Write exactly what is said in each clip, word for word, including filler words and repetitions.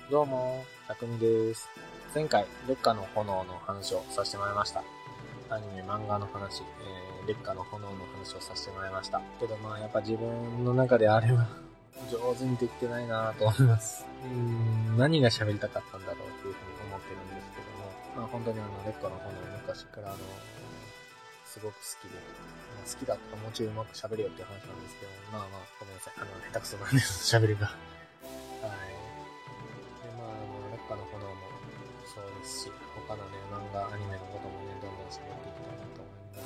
どうも、たくみです。前回、烈火の炎の話をさせてもらいました。アニメ、漫画の話、えー、烈火の炎の話をさせてもらいました。けどまあ、やっぱ自分の中であれは上手にできてないなぁと思います。うーん、何が喋りたかったんだろうっていうふうに思ってるんですけども、まあ本当にあの、烈火の炎、昔からあの、すごく好きで、まあ、好きだったらもうちょいうまく喋れよっていう話なんですけど、まあまあ、ごめんなさい。あの、下手くそなんです、喋りが。はい。で、まあ、あの、烈火の炎もそうですし、他のね、漫画、アニメのこともね、どんどん喋っていきたいなと思います。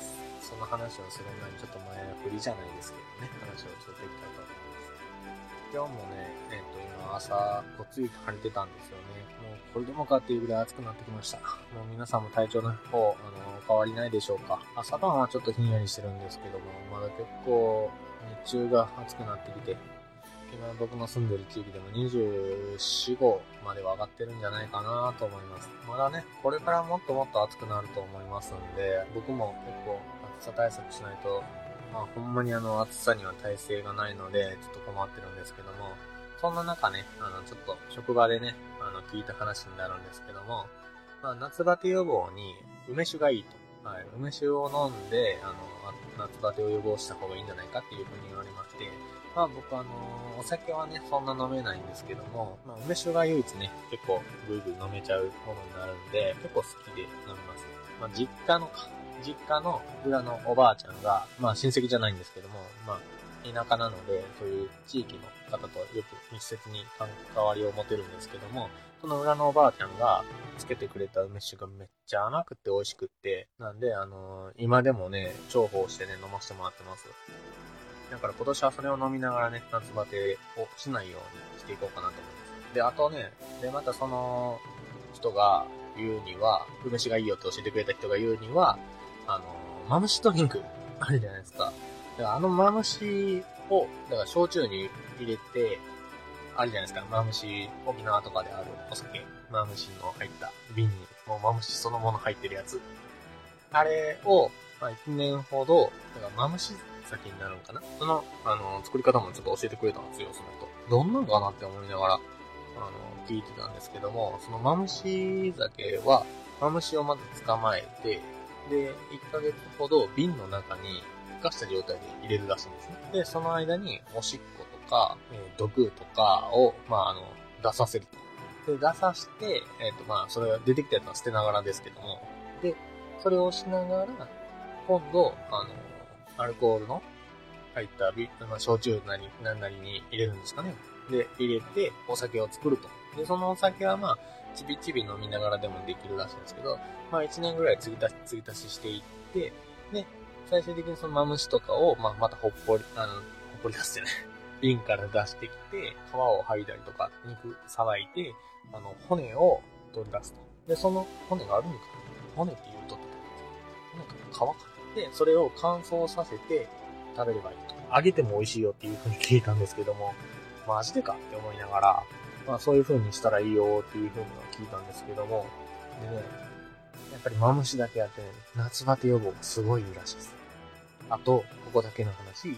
その話をする前にちょっと前振りじゃないですけどね、話をちょっとできたいと思います。今日もね、えっと、今朝、ぽつりと晴れてたんですよね。もう、これでもかっていうぐらい暑くなってきました。もう皆さんも体調の方、あの、変わりないでしょうか。朝晩はちょっとひんやりしてるんですけども、まだ結構、日中が暑くなってきて、今僕の住んでる地域でもにじゅうよん、ごまでは上がってるんじゃないかなと思います。まだね、これからもっともっと暑くなると思いますんで、僕も結構暑さ対策しないと、まあほんまにあの暑さには耐性がないので、ちょっと困ってるんですけども、そんな中ね、あのちょっと職場でね、あの聞いた話になるんですけども、まあ夏バテ予防に梅酒がいいと。はい、梅酒を飲んで、あの、夏バテを予防した方がいいんじゃないかっていうふうに言われまして、まあ僕あのーお酒はね、そんな飲めないんですけども、まあ梅酒が唯一ね、結構ぐいぐい飲めちゃうものになるんで、結構好きで飲みます。まあ実家のか、実家の裏のおばあちゃんが、まあ親戚じゃないんですけども、まあ田舎なので、そういう地域の方とよく密接に関わりを持てるんですけども、その裏のおばあちゃんがつけてくれた梅酒がめっちゃ甘くて美味しくって、なんであのー今でもね、重宝してね、飲ませてもらってます。だから今年はそれを飲みながらね、夏バテをしないようにしていこうかなと思います。で、あとね、で、またその人が言うには、梅酒がいいよって教えてくれた人が言うには、あの、マムシドリンクあるじゃないですか。だからあのマムシを、だから焼酎に入れて、あるじゃないですか。マムシ、沖縄とかであるお酒。マムシの入った瓶に、もうマムシそのもの入ってるやつ。あれを、まあ、いちねんほど、だからマムシ酒になるのかな、その、あの、作り方もちょっと教えてくれたんですよ、その人。どんなのかなって思いながら、あの、聞いてたんですけども、そのマムシ酒は、マムシをまず捕まえて、で、いっかげつほど瓶の中に、孵化した状態で入れるらしいんですね。で、その間に、おしっことか、えー、毒とかを、まあ、あの、出させると。で、出さして、えっ、ー、と、まあ、それが出てきたやつは捨てながらですけども、で、それをしながら、今度、あの、アルコールの入ったビ、まあ、焼酎なり、なんなりに入れるんですかね。で、入れて、お酒を作ると。で、そのお酒はまあ、ちびちび飲みながらでもできるらしいんですけど、まあ、いちねんぐらい継ぎ足し、継ぎ足ししていって、で、最終的にそのマムシとかを、まあ、またほっぽり、あの、ほっぽり出してね、瓶から出してきて、皮を剥いだりとか、肉さばいて、あの、骨を取り出すと。で、その骨があるんかな、骨って言うとったと思うんですけど、なんか皮か。で、それを乾燥させて食べればいいと。揚げても美味しいよっていう風に聞いたんですけども、マジでかって思いながら、まあそういう風にしたらいいよっていう風には聞いたんですけども、でね、やっぱりマムシだけあってね、夏バテ予防がすごいいいらしいです。あと、ここだけの話、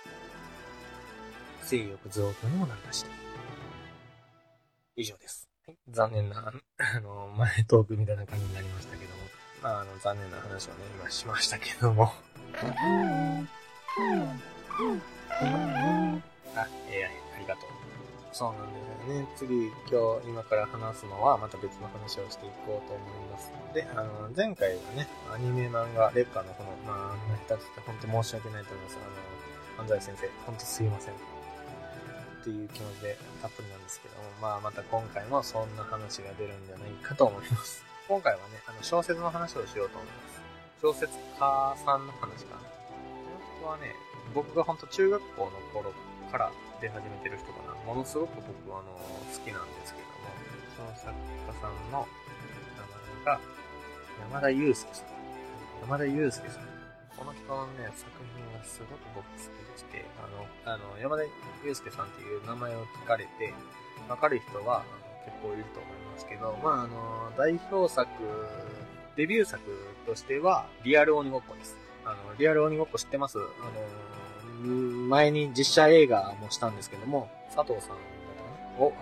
性欲増強にもなるらしい。以上です。はい、残念な、あの、前トークみたいな感じになりましたけども、まあ、あの、残念な話をね、今しましたけども。あ、エーアイ、ありがとう。そうなんですよね。次、今日、今から話すのは、また別の話をしていこうと思います。で、あの、前回はね、アニメ漫画、烈火のこの、まあ、下手って本当申し訳ないと思います。あの、安西先生、本当すいません。っていう気持ちでたっぷりなんですけども、まあまた今回もそんな話が出るんじゃないかと思います。今回はね、あの小説の話をしようと思います。小説家さんの話かな。この人はね、僕がほんと中学校の頃から出始めてる人かな。ものすごく僕はあの好きなんですけども、その作家さんの名前が山田裕介さん。山田裕介さん。この人のね、作品がすごく僕好きでして、あの、あの、山田裕介さんっていう名前を聞かれて、わかる人はあの結構いると思いますけど、まあ、あの、代表作、デビュー作としては、リアル鬼ごっこです。あの、リアル鬼ごっこ知ってます？あの、前に実写映画もしたんですけども、佐藤さんだったかなを、あの、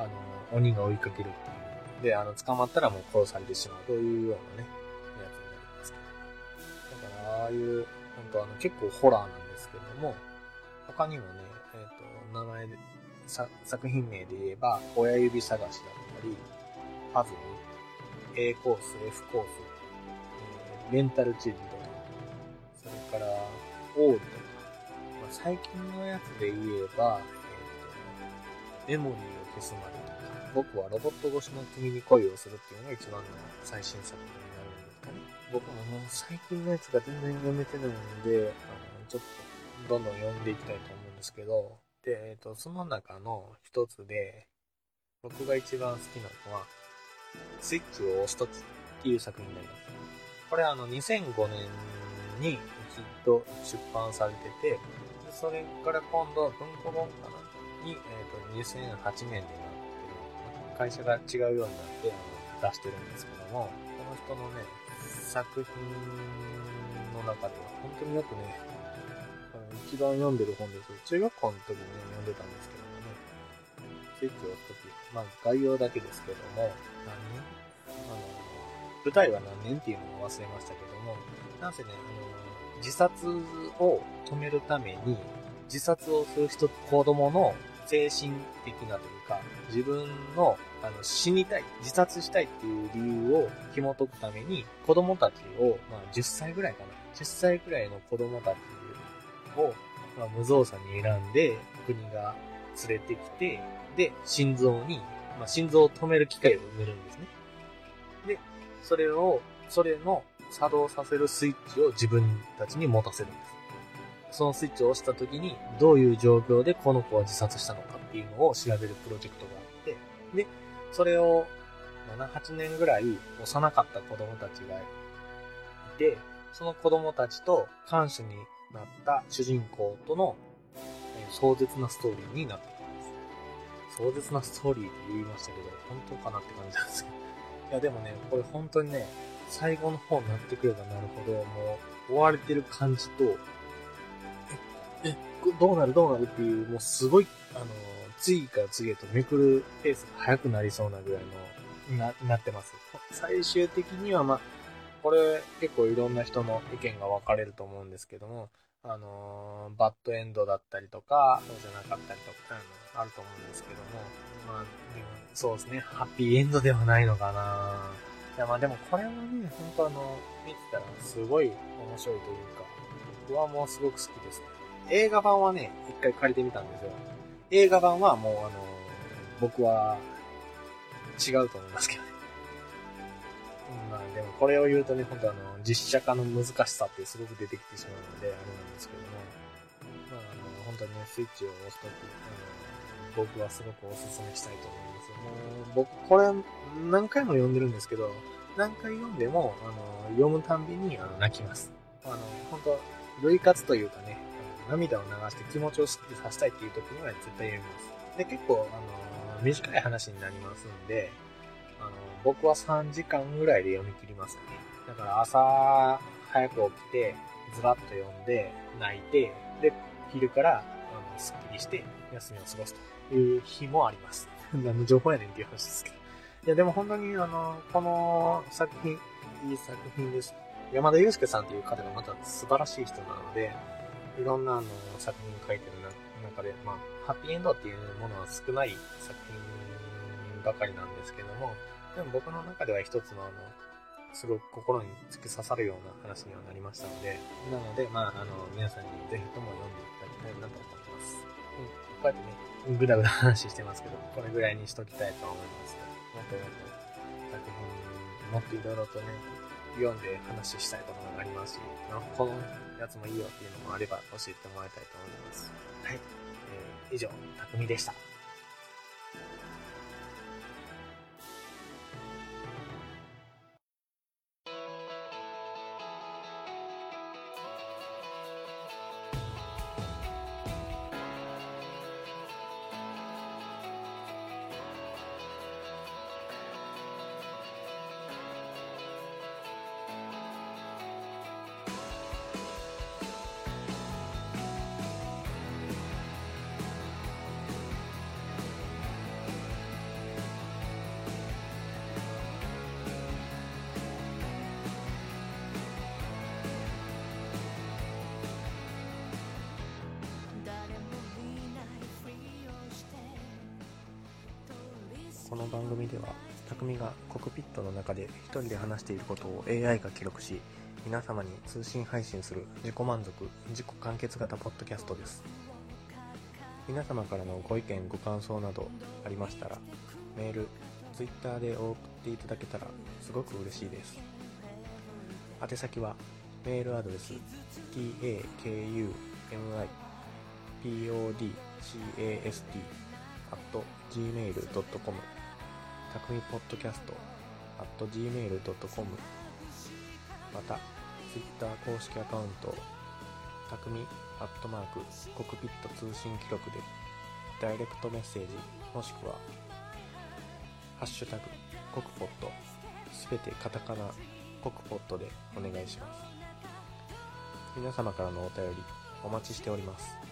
鬼が追いかけるっていう。で、あの、捕まったらもう殺されてしまうというようなね、やつになりますけど。だから、ああいう、本当あの、結構ホラーなんですけれども、他にもね、えっと、名前で、さ作品名で言えば、親指探しだったり、パズル、A コース、F コース、えー、メンタルチルドレン、それから、オールとか、まあ、最近のやつで言えば、えーと、メモリーを消すまでとか、僕はロボット越しの君に恋をするっていうのが一番の最新作になるんですかね。僕ももう最近のやつが全然読めてないので、あのちょっとどんどん読んでいきたいと思うんですけど、で、えっと、その中の一つで、僕が一番好きなのは、スイッチを押すときっていう作品になります。これはあのにせんごねんに一度出版されてて、それから今度文庫本かなに、えっと、にせんはちねんでなってる。会社が違うようになってあの出してるんですけども、この人のね、作品の中では本当によくね、一番読んでる本です。中学校の時にね、読んでたんですけどもね、スイッチを押すとき、まあ概要だけですけども、何年あの、舞台は何年っていうのを忘れましたけども、なんせね、あの、自殺を止めるために、自殺をする人、子供の精神的なというか、自分の、あの、死にたい、自殺したいっていう理由を紐解くために、子供たちを、まあじゅっさいぐらいかな、じゅっさいぐらいの子供たちを、まあ、無造作に選んで、国が連れてきて、で、心臓に、まあ、心臓を止める機械を埋めるんですね。で、それを、それの作動させるスイッチを自分たちに持たせるんです。そのスイッチを押した時に、どういう状況でこの子は自殺したのかっていうのを調べるプロジェクトがあって、で、それをなな、はちねんぐらい幼かった子供たちがいて、その子供たちと看守になった主人公との、えー、壮絶なストーリーになっています。壮絶なストーリーって言いましたけど、本当かなって感じなんですけど。いやでもね、これ本当にね、最後の方になってくればなるほど、もう、追われてる感じと、え、え、どうなるどうなるっていう、もうすごい、あの、次から次へとめくるペースが速くなりそうなぐらいの、な、なってます。最終的にはまあ、これ結構いろんな人の意見が分かれると思うんですけども、あのー、バッドエンドだったりとか、そうじゃなかったりとか、あの、あると思うんですけども、まあ、でもそうですね、ハッピーエンドではないのかな。いや、まあでもこれはね、本当あの、見てたらすごい面白いというか、僕はもうすごく好きですね。映画版はね、一回借りてみたんですよ。映画版はもうあのー、僕は違うと思いますけどね。まあでもこれを言うとね、本当あの、実写化の難しさってすごく出てきてしまうので、あれなんですけども、まああの、本当にね、スイッチを押すとき、あの、僕はすごくおすすめしたいと思います。もう、僕、これ何回も読んでるんですけど、何回読んでも、あの、読むたんびに、あの、泣きます。あの、本当類活というかね、あの涙を流して気持ちをスッキリさせたいっていう時には絶対読みます。で、結構、あの、短い話になりますんで、あの、僕はさんじかんぐらいで読み切りますね。だから朝早く起きて、ずらっと読んで、泣いて、で、昼からあのスッキリして休みを過ごすという日もあります。何の情報やねんっていう話ですけど。いや、でも本当にあの、この作品、いい作品です。山田祐介さんという方がまた素晴らしい人なので、いろんなあの作品書いてる中で、まあ、ハッピーエンドっていうものは少ない作品ばかりなんですけども、でも僕の中では一つのあの、すごく心に突き刺さるような話にはなりましたので、なので、まあ、あの、皆さんにぜひとも読んでいただきたいなと思います。うん、こうやってね、ぐだぐだ話してますけど、これぐらいにしときたいと思います。もっともっと作品、もっといろいろとね、読んで話したいことがありますし、このやつもいいよっていうのもあれば教えてもらいたいと思います。はい。えー、以上、たくみでした。 この番組では匠がコックピットの中で一人で話していることを エーアイ が記録し、皆様に通信配信する自己満足自己完結型ポッドキャストです。皆様からのご意見ご感想などありましたら、メール、ツイッターで送っていただけたらすごく嬉しいです。宛先はメールアドレス takumi podcast アット ジーメールドットコム たくみポッドキャスト アット ジーメールドットコム また Twitter 公式アカウントたくみアットマークコクピット通信記録でダイレクトメッセージもしくはハッシュタグコクポットすべてカタカナコクポットでお願いします。皆様からのお便りお待ちしております。